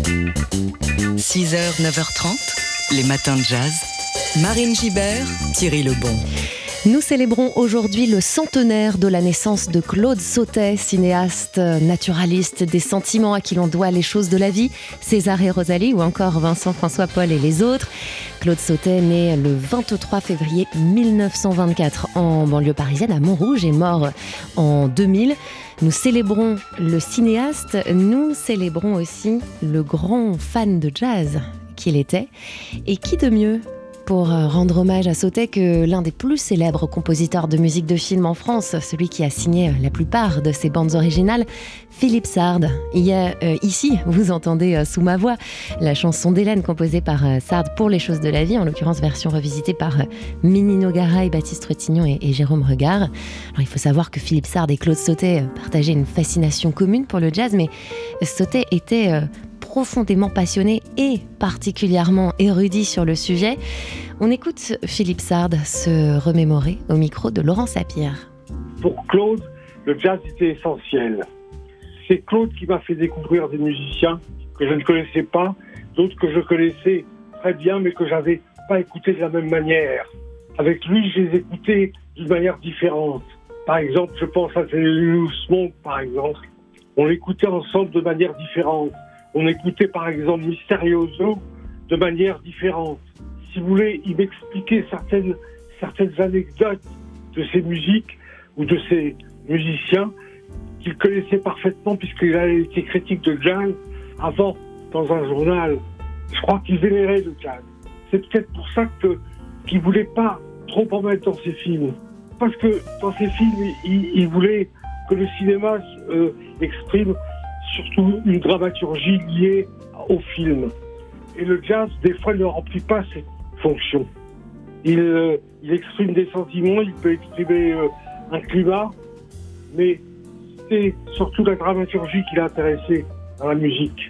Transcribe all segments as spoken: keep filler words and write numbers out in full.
six heures, neuf heures trente, les matins de jazz. Marine Gibert, Thierry Lebon. Nous célébrons aujourd'hui le centenaire de la naissance de Claude Sautet, cinéaste naturaliste des sentiments à qui l'on doit les choses de la vie, César et Rosalie ou encore Vincent François Paul et les autres. Claude Sautet, né le vingt-trois février mille neuf cent vingt-quatre en banlieue parisienne à Montrouge et mort en deux mille. Nous célébrons le cinéaste, nous célébrons aussi le grand fan de jazz qu'il était. Et qui de mieux pour rendre hommage à Sautet que l'un des plus célèbres compositeurs de musique de film en France, celui qui a signé la plupart de ses bandes originales, Philippe Sard. Il y a euh, ici, vous entendez euh, sous ma voix, la chanson d'Hélène composée par euh, Sard pour Les choses de la vie, en l'occurrence version revisitée par euh, Minino Garay, Baptiste Trétignon et, et Jérôme Regard. Alors il faut savoir que Philippe Sard et Claude Sautet euh, partageaient une fascination commune pour le jazz, mais Sautet était euh, profondément passionné et particulièrement érudit sur le sujet. On écoute Philippe Sard se remémorer au micro de Laurent Sapir. Pour Claude, le jazz était essentiel. C'est Claude qui m'a fait découvrir des musiciens que je ne connaissais pas, d'autres que je connaissais très bien mais que j'avais pas écoutés de la même manière. Avec lui, je les écoutais d'une manière différente. Par exemple, je pense à Thelonious Monk, par exemple. On l'écoutait ensemble de manière différente. On écoutait par exemple Mysterioso de manière différente. Si vous voulez, il m'expliquait certaines, certaines anecdotes de ces musiques ou de ces musiciens qu'il connaissait parfaitement puisqu'il a été critique de jazz avant dans un journal. Je crois qu'il vénérait le jazz. C'est peut-être pour ça que, qu'il ne voulait pas trop en mettre dans ses films. Parce que dans ses films, il, il voulait que le cinéma euh, exprime surtout une dramaturgie liée au film. Et le jazz, des fois, ne remplit pas cette fonction. Il, euh, il exprime des sentiments, il peut exprimer euh, un climat, mais c'est surtout la dramaturgie qui l'a intéressé dans la musique.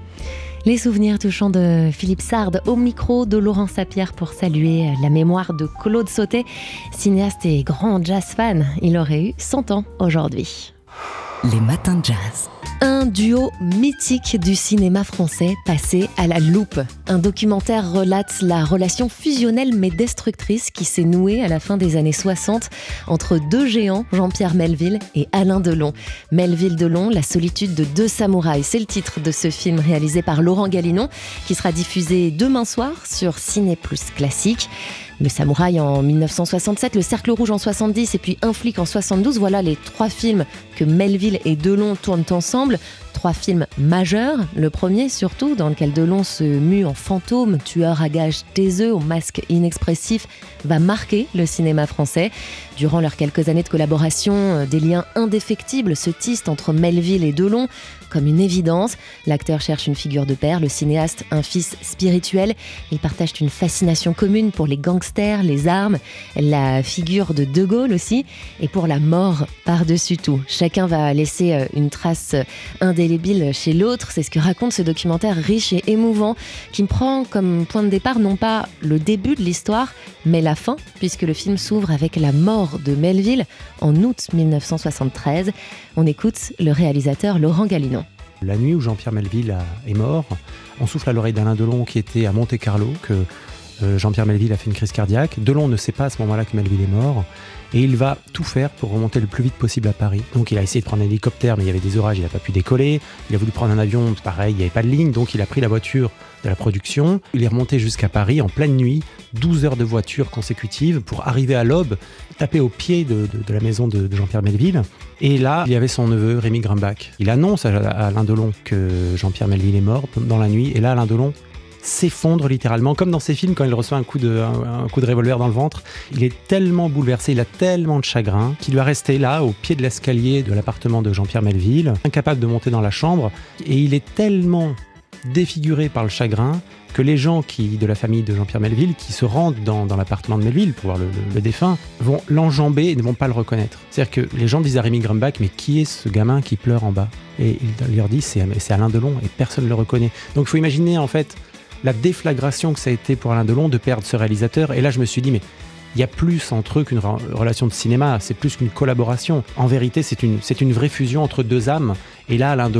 Les souvenirs touchants de Philippe Sard au micro de Laurent Sapir pour saluer la mémoire de Claude Sautet, cinéaste et grand jazz fan. Il aurait eu cent ans aujourd'hui. Les matins de jazz. Un duo mythique du cinéma français passé à la loupe. Un documentaire relate la relation fusionnelle mais destructrice qui s'est nouée à la fin des années soixante entre deux géants, Jean-Pierre Melville et Alain Delon. Melville-Delon, la solitude de deux samouraïs. C'est le titre de ce film réalisé par Laurent Galinon qui sera diffusé demain soir sur Ciné Plus Classique. Le Samouraï en mille neuf cent soixante-sept, Le Cercle Rouge en soixante-dix et puis Un flic en soixante-douze. Voilà les trois films que Melville et Delon tournent ensemble. Trois films majeurs. Le premier surtout, dans lequel Delon se mue en fantôme, tueur à gages taiseux, au masque inexpressif, va marquer le cinéma français. Durant leurs quelques années de collaboration, des liens indéfectibles se tissent entre Melville et Delon, comme une évidence. L'acteur cherche une figure de père, le cinéaste un fils spirituel. Ils partagent une fascination commune pour les gangsters, les armes, la figure de De Gaulle aussi, et pour la mort par-dessus tout. Chacun va laisser une trace indélébile chez l'autre. C'est ce que raconte ce documentaire riche et émouvant qui me prend comme point de départ non pas le début de l'histoire, mais la fin, puisque le film s'ouvre avec la mort de Melville en août mille neuf cent soixante-treize. On écoute le réalisateur Laurent Galinon. La nuit où Jean-Pierre Melville a, est mort, on souffle à l'oreille d'Alain Delon qui était à Monte-Carlo, que euh, Jean-Pierre Melville a fait une crise cardiaque. Delon ne sait pas à ce moment-là que Melville est mort et il va tout faire pour remonter le plus vite possible à Paris. Donc il a essayé de prendre un hélicoptère mais il y avait des orages, il n'a pas pu décoller. Il a voulu prendre un avion, pareil, il n'y avait pas de ligne, donc il a pris la voiture de la production. Il est remonté jusqu'à Paris en pleine nuit, douze heures de voiture consécutives pour arriver à l'aube, taper au pied de, de, de la maison de, de Jean-Pierre Melville. Et là, il y avait son neveu Rémy Grimbach. Il annonce à, à Alain Delon que Jean-Pierre Melville est mort dans la nuit. Et là, Alain Delon s'effondre littéralement, comme dans ses films quand il reçoit un coup, de, un, un coup de revolver dans le ventre. Il est tellement bouleversé, il a tellement de chagrin qu'il va rester là, au pied de l'escalier de l'appartement de Jean-Pierre Melville, incapable de monter dans la chambre. Et il est tellement défiguré par le chagrin que les gens qui, de la famille de Jean-Pierre Melville qui se rendent dans, dans l'appartement de Melville pour voir le, le, le défunt vont l'enjamber et ne vont pas le reconnaître. C'est-à-dire que les gens disent à Rémy Grimbach « mais qui est ce gamin qui pleure en bas ?» Et il leur dit c'est, c'est Alain Delon et personne ne le reconnaît. Donc il faut imaginer en fait la déflagration que ça a été pour Alain Delon de perdre ce réalisateur. Et là je me suis dit mais il y a plus entre eux qu'une relation de cinéma, c'est plus qu'une collaboration. En vérité c'est une, c'est une vraie fusion entre deux âmes. Et là Alain Delon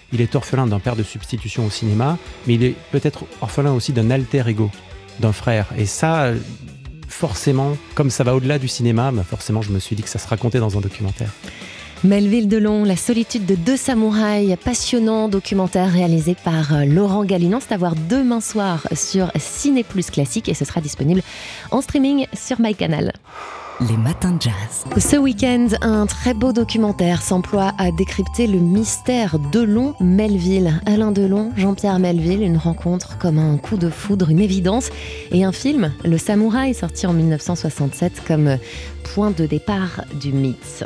il est orphelin d'un père de substitution au cinéma, mais il est peut-être orphelin aussi d'un alter ego, d'un frère. Et ça, forcément, comme ça va au-delà du cinéma, bah forcément, je me suis dit que ça se racontait dans un documentaire. Melville Delon, La solitude de deux samouraïs, passionnant documentaire réalisé par Laurent Galinon. C'est à voir demain soir sur Ciné Plus Classique et ce sera disponible en streaming sur MyCanal. Les matins de jazz. Ce week-end, un très beau documentaire s'emploie à décrypter le mystère Delon-Melville. Alain Delon, Jean-Pierre Melville, une rencontre comme un coup de foudre, une évidence. Et un film, Le Samouraï, sorti en dix-neuf cent soixante-sept comme point de départ du mythe.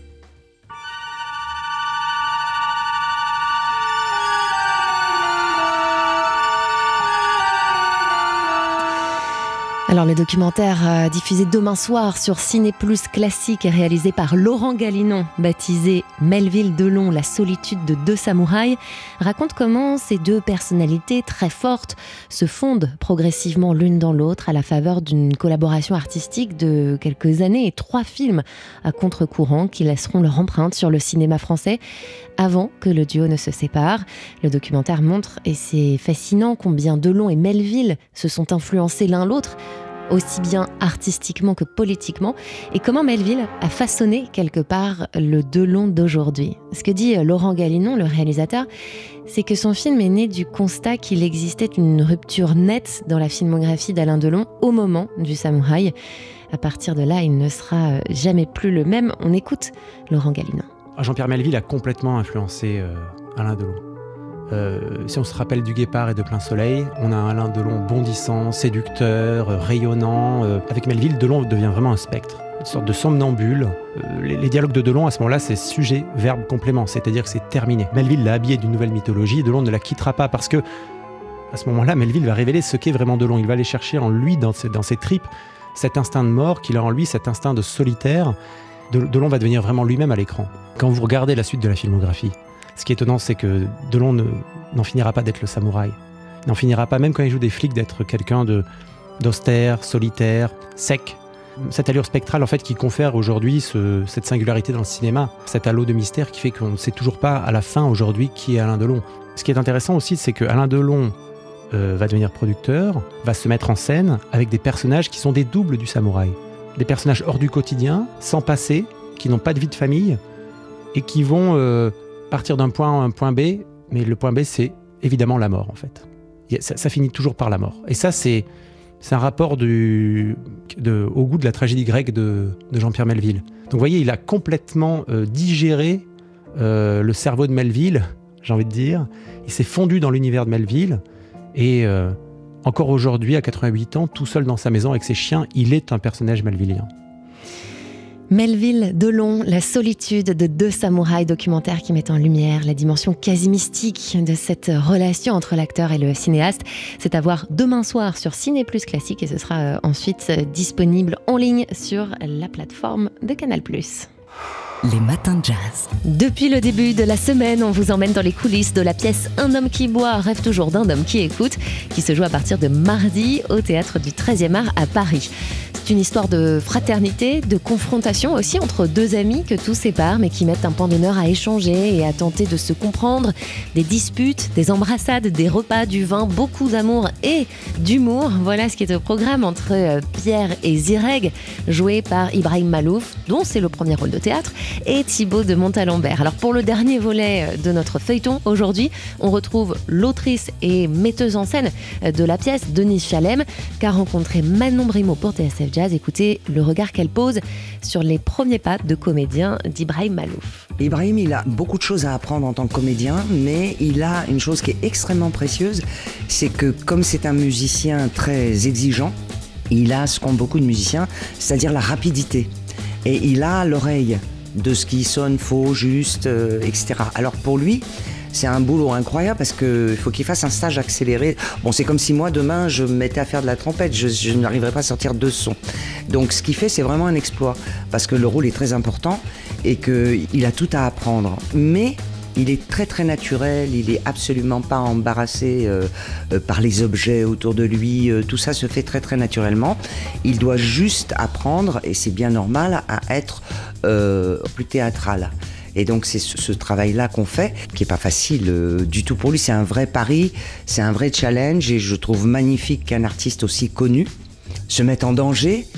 Alors le documentaire euh, diffusé demain soir sur Ciné Plus Classique est réalisé par Laurent Galinon, baptisé Melville Delon, La solitude de deux samouraïs, raconte comment ces deux personnalités très fortes se fondent progressivement l'une dans l'autre à la faveur d'une collaboration artistique de quelques années et trois films à contre-courant qui laisseront leur empreinte sur le cinéma français avant que le duo ne se sépare. Le documentaire montre, et c'est fascinant, combien Delon et Melville se sont influencés l'un l'autre, aussi bien artistiquement que politiquement, et comment Melville a façonné quelque part le Delon d'aujourd'hui. Ce que dit Laurent Galinon, le réalisateur, c'est que son film est né du constat qu'il existait une rupture nette dans la filmographie d'Alain Delon au moment du Samouraï. À partir de là, il ne sera jamais plus le même. On écoute Laurent Galinon. Jean-Pierre Melville a complètement influencé euh, Alain Delon. Euh, si on se rappelle du Guépard et de Plein Soleil, on a un Alain Delon bondissant, séducteur, euh, rayonnant. Euh, avec Melville, Delon devient vraiment un spectre, une sorte de somnambule. Euh, les, les dialogues de Delon, à ce moment-là, c'est sujet, verbe, complément, c'est-à-dire que c'est terminé. Melville l'a habillé d'une nouvelle mythologie, Delon ne la quittera pas parce que, à ce moment-là, Melville va révéler ce qu'est vraiment Delon. Il va aller chercher en lui, dans ses, dans ses tripes, cet instinct de mort qu'il a en lui, cet instinct de solitaire. Delon va devenir vraiment lui-même à l'écran. Quand vous regardez la suite de la filmographie, ce qui est étonnant, c'est que Delon ne, n'en finira pas d'être le samouraï. Il n'en finira pas, même quand il joue des flics, d'être quelqu'un de, d'austère, solitaire, sec. Cette allure spectrale, en fait, qui confère aujourd'hui ce, cette singularité dans le cinéma, cet halo de mystère qui fait qu'on ne sait toujours pas à la fin, aujourd'hui, qui est Alain Delon. Ce qui est intéressant aussi, c'est que Alain Delon euh, va devenir producteur, va se mettre en scène avec des personnages qui sont des doubles du samouraï. Des personnages hors du quotidien, sans passé, qui n'ont pas de vie de famille, et qui vont euh, partir d'un point A à un point B, mais le point B, c'est évidemment la mort, en fait. Ça, ça finit toujours par la mort. Et ça, c'est, c'est un rapport du, de, au goût de la tragédie grecque de, de Jean-Pierre Melville. Donc vous voyez, il a complètement euh, digéré euh, le cerveau de Melville, j'ai envie de dire. Il s'est fondu dans l'univers de Melville, et euh, encore aujourd'hui, à quatre-vingt-huit ans, tout seul dans sa maison avec ses chiens, il est un personnage melvillien. Melville Delon, La solitude de deux samouraïs, documentaire qui met en lumière la dimension quasi mystique de cette relation entre l'acteur et le cinéaste. C'est à voir demain soir sur Ciné Plus Classique et ce sera ensuite disponible en ligne sur la plateforme de Canal plus. Les matins de jazz. Depuis le début de la semaine, on vous emmène dans les coulisses de la pièce Un homme qui boit rêve toujours d'un homme qui écoute, qui se joue à partir de mardi au théâtre du treizième art à Paris. C'est une histoire de fraternité, de confrontation aussi entre deux amis que tout sépare, mais qui mettent un point d'honneur à échanger et à tenter de se comprendre. Des disputes, des embrassades, des repas, du vin, beaucoup d'amour et d'humour. Voilà ce qui est au programme entre Pierre et Zireg, joué par Ibrahim Malouf, dont c'est le premier rôle de théâtre, et Thibaut de Montalembert. Alors pour le dernier volet de notre feuilleton, aujourd'hui, on retrouve l'autrice et metteuse en scène de la pièce, Denise Chalem, qu'a rencontré Manon Brimo pour T S F Jazz. Écoutez le regard qu'elle pose sur les premiers pas de comédien d'Ibrahim Malouf. Ibrahim, il a beaucoup de choses à apprendre en tant que comédien, mais il a une chose qui est extrêmement précieuse, c'est que comme c'est un musicien très exigeant, il a ce qu'ont beaucoup de musiciens, c'est-à-dire la rapidité. Et il a l'oreille de ce qui sonne faux, juste, euh, et cetera. Alors pour lui, c'est un boulot incroyable parce qu'il faut qu'il fasse un stage accéléré. Bon, c'est comme si moi, demain, je me mettais à faire de la trompette. Je, je n'arriverais pas à sortir deux sons. Donc ce qu'il fait, c'est vraiment un exploit parce que le rôle est très important et qu'il a tout à apprendre. Mais il est très très naturel, il est absolument pas embarrassé euh, euh, par les objets autour de lui, euh, tout ça se fait très très naturellement. Il doit juste apprendre, et c'est bien normal, à être euh, plus théâtral. Et donc c'est ce, ce travail-là qu'on fait, qui est pas facile euh, du tout pour lui. C'est un vrai pari, c'est un vrai challenge, et je trouve magnifique qu'un artiste aussi connu se mette en danger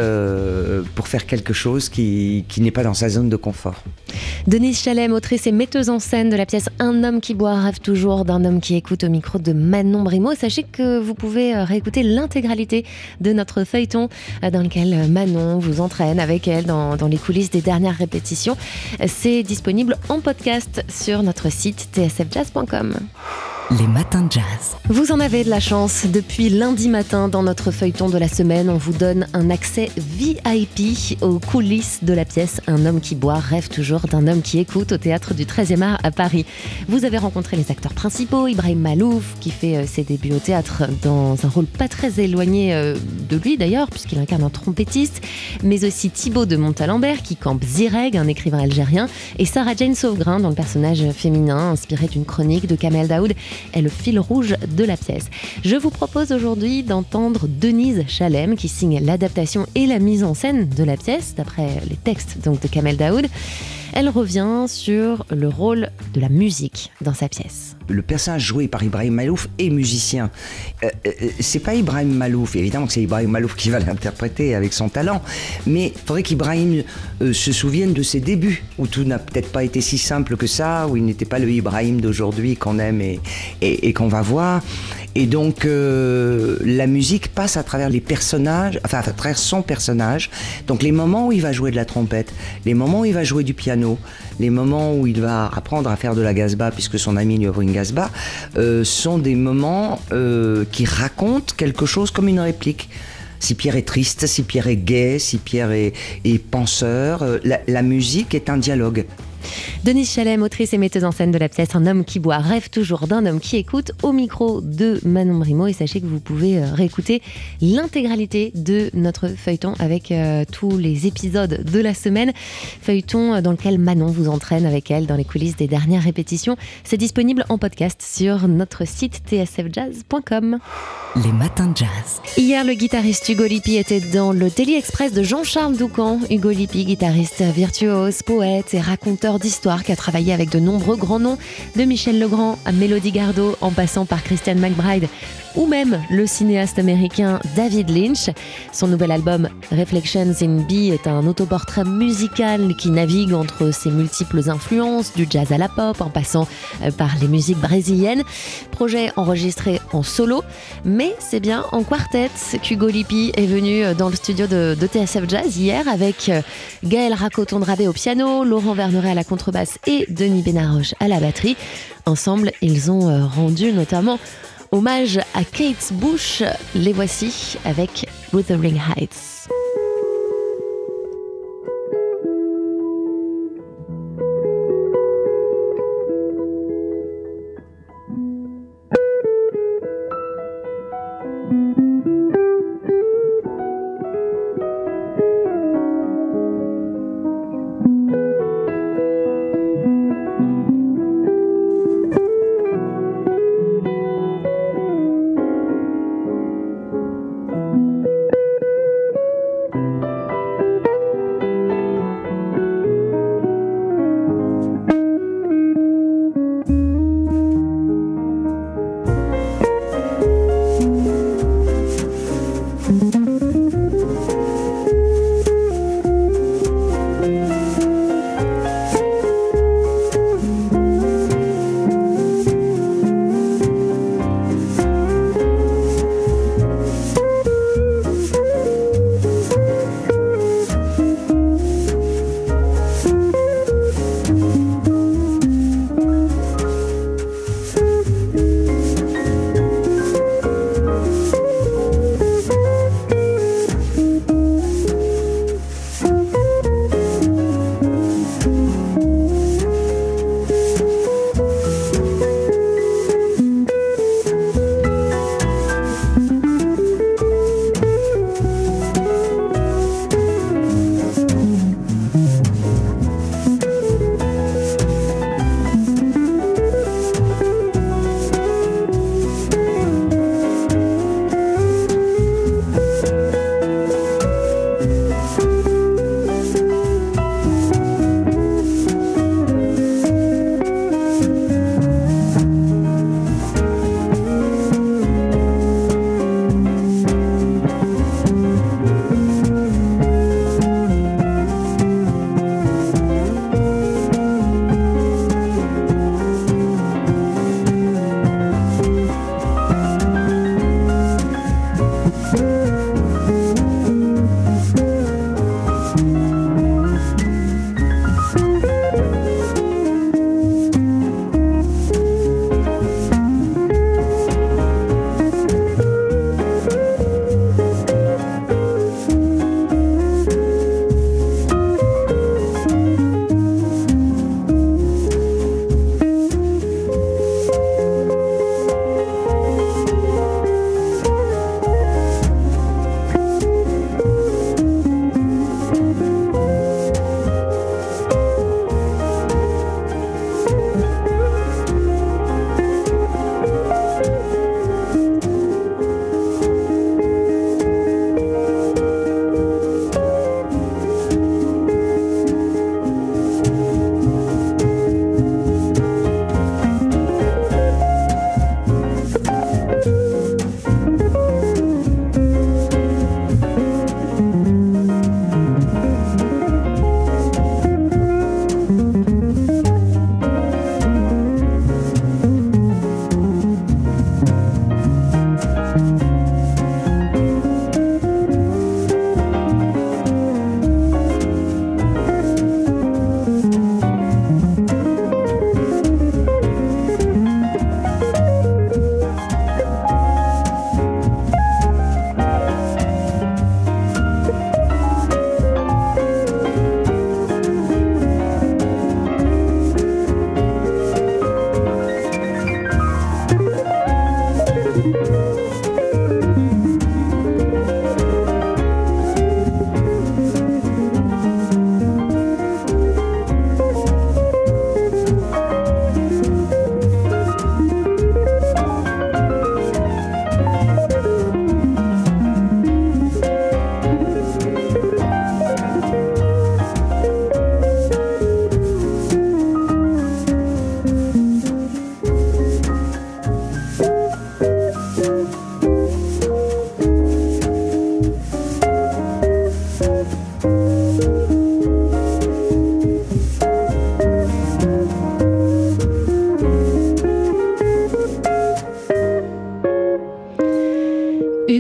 euh, pour faire quelque chose qui, qui n'est pas dans sa zone de confort. Denise Chalem, autrice et metteuse en scène de la pièce Un homme qui boit rêve toujours d'un homme qui écoute, au micro de Manon Brimo. Sachez que vous pouvez réécouter l'intégralité de notre feuilleton dans lequel Manon vous entraîne avec elle dans, dans les coulisses des dernières répétitions. C'est disponible en podcast sur notre site t s f jazz point com. Les matins de jazz. Vous en avez de la chance. Depuis lundi matin, dans notre feuilleton de la semaine, on vous donne un accès V I P aux coulisses de la pièce Un homme qui boit rêve toujours d'un homme qui écoute, au théâtre du treizième art à Paris. Vous avez rencontré les acteurs principaux, Ibrahim Malouf, qui fait ses débuts au théâtre dans un rôle pas très éloigné de lui d'ailleurs, puisqu'il incarne un trompettiste, mais aussi Thibaut de Montalembert, qui campe Zireg, un écrivain algérien, et Sarah Jane Sauvegrain, dont le personnage féminin, inspiré d'une chronique de Kamel Daoud, est le fil rouge de la pièce. Je vous propose aujourd'hui d'entendre Denise Chalem, qui signe l'adaptation et la mise en scène de la pièce, d'après les textes donc de Kamel Daoud. Elle revient sur le rôle de la musique dans sa pièce. Le personnage joué par Ibrahim Malouf est musicien. Euh, euh, c'est pas Ibrahim Malouf, évidemment que c'est Ibrahim Malouf qui va l'interpréter avec son talent, mais il faudrait qu'Ibrahim euh, se souvienne de ses débuts, où tout n'a peut-être pas été si simple que ça, où il n'était pas le Ibrahim d'aujourd'hui qu'on aime et, et, et qu'on va voir. Et donc, euh, la musique passe à travers les personnages, enfin à travers son personnage. Donc, les moments où il va jouer de la trompette, les moments où il va jouer du piano, les moments où il va apprendre à faire de la gazba, puisque son ami lui offre une gazba, euh, sont des moments euh, qui racontent quelque chose comme une réplique. Si Pierre est triste, si Pierre est gai, si Pierre est, est penseur, euh, la, la musique est un dialogue. Denise Chalem, autrice et metteuse en scène de la pièce Un homme qui boit rêve toujours d'un homme qui écoute, au micro de Manon Brimo. Et sachez que vous pouvez réécouter l'intégralité de notre feuilleton avec euh, tous les épisodes de la semaine. Feuilleton dans lequel Manon vous entraîne avec elle dans les coulisses des dernières répétitions. C'est disponible en podcast sur notre site t s f jazz point com. Les matins de jazz. Hier, le guitariste Hugo Lippi était dans le Daily Express de Jean-Charles Doucan. Hugo Lippi, guitariste virtuose, poète et raconteur d'histoire, qui a travaillé avec de nombreux grands noms, de Michel Legrand à Mélodie Gardot, en passant par Christian McBride ou même le cinéaste américain David Lynch. Son nouvel album Reflections in B est un autoportrait musical qui navigue entre ses multiples influences, du jazz à la pop, en passant par les musiques brésiliennes. Projet enregistré en solo, mais c'est bien en quartet qu'Hugo Lippi est venu dans le studio de, de T S F Jazz hier, avec Gaël Racoton-Drabé au piano, Laurent Verneret à la contrebasse et Denis Benaroche à la batterie. Ensemble, ils ont rendu notamment hommage à Kate Bush. Les voici avec Wuthering Heights.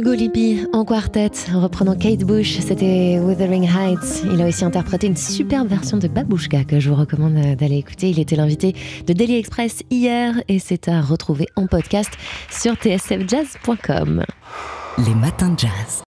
Hugo Lippi en quartet, reprenant Kate Bush, c'était Wuthering Heights. Il a aussi interprété une superbe version de Babouchka que je vous recommande d'aller écouter. Il était l'invité de Daily Express hier et c'est à retrouver en podcast sur t s f jazz point com. Les matins de jazz.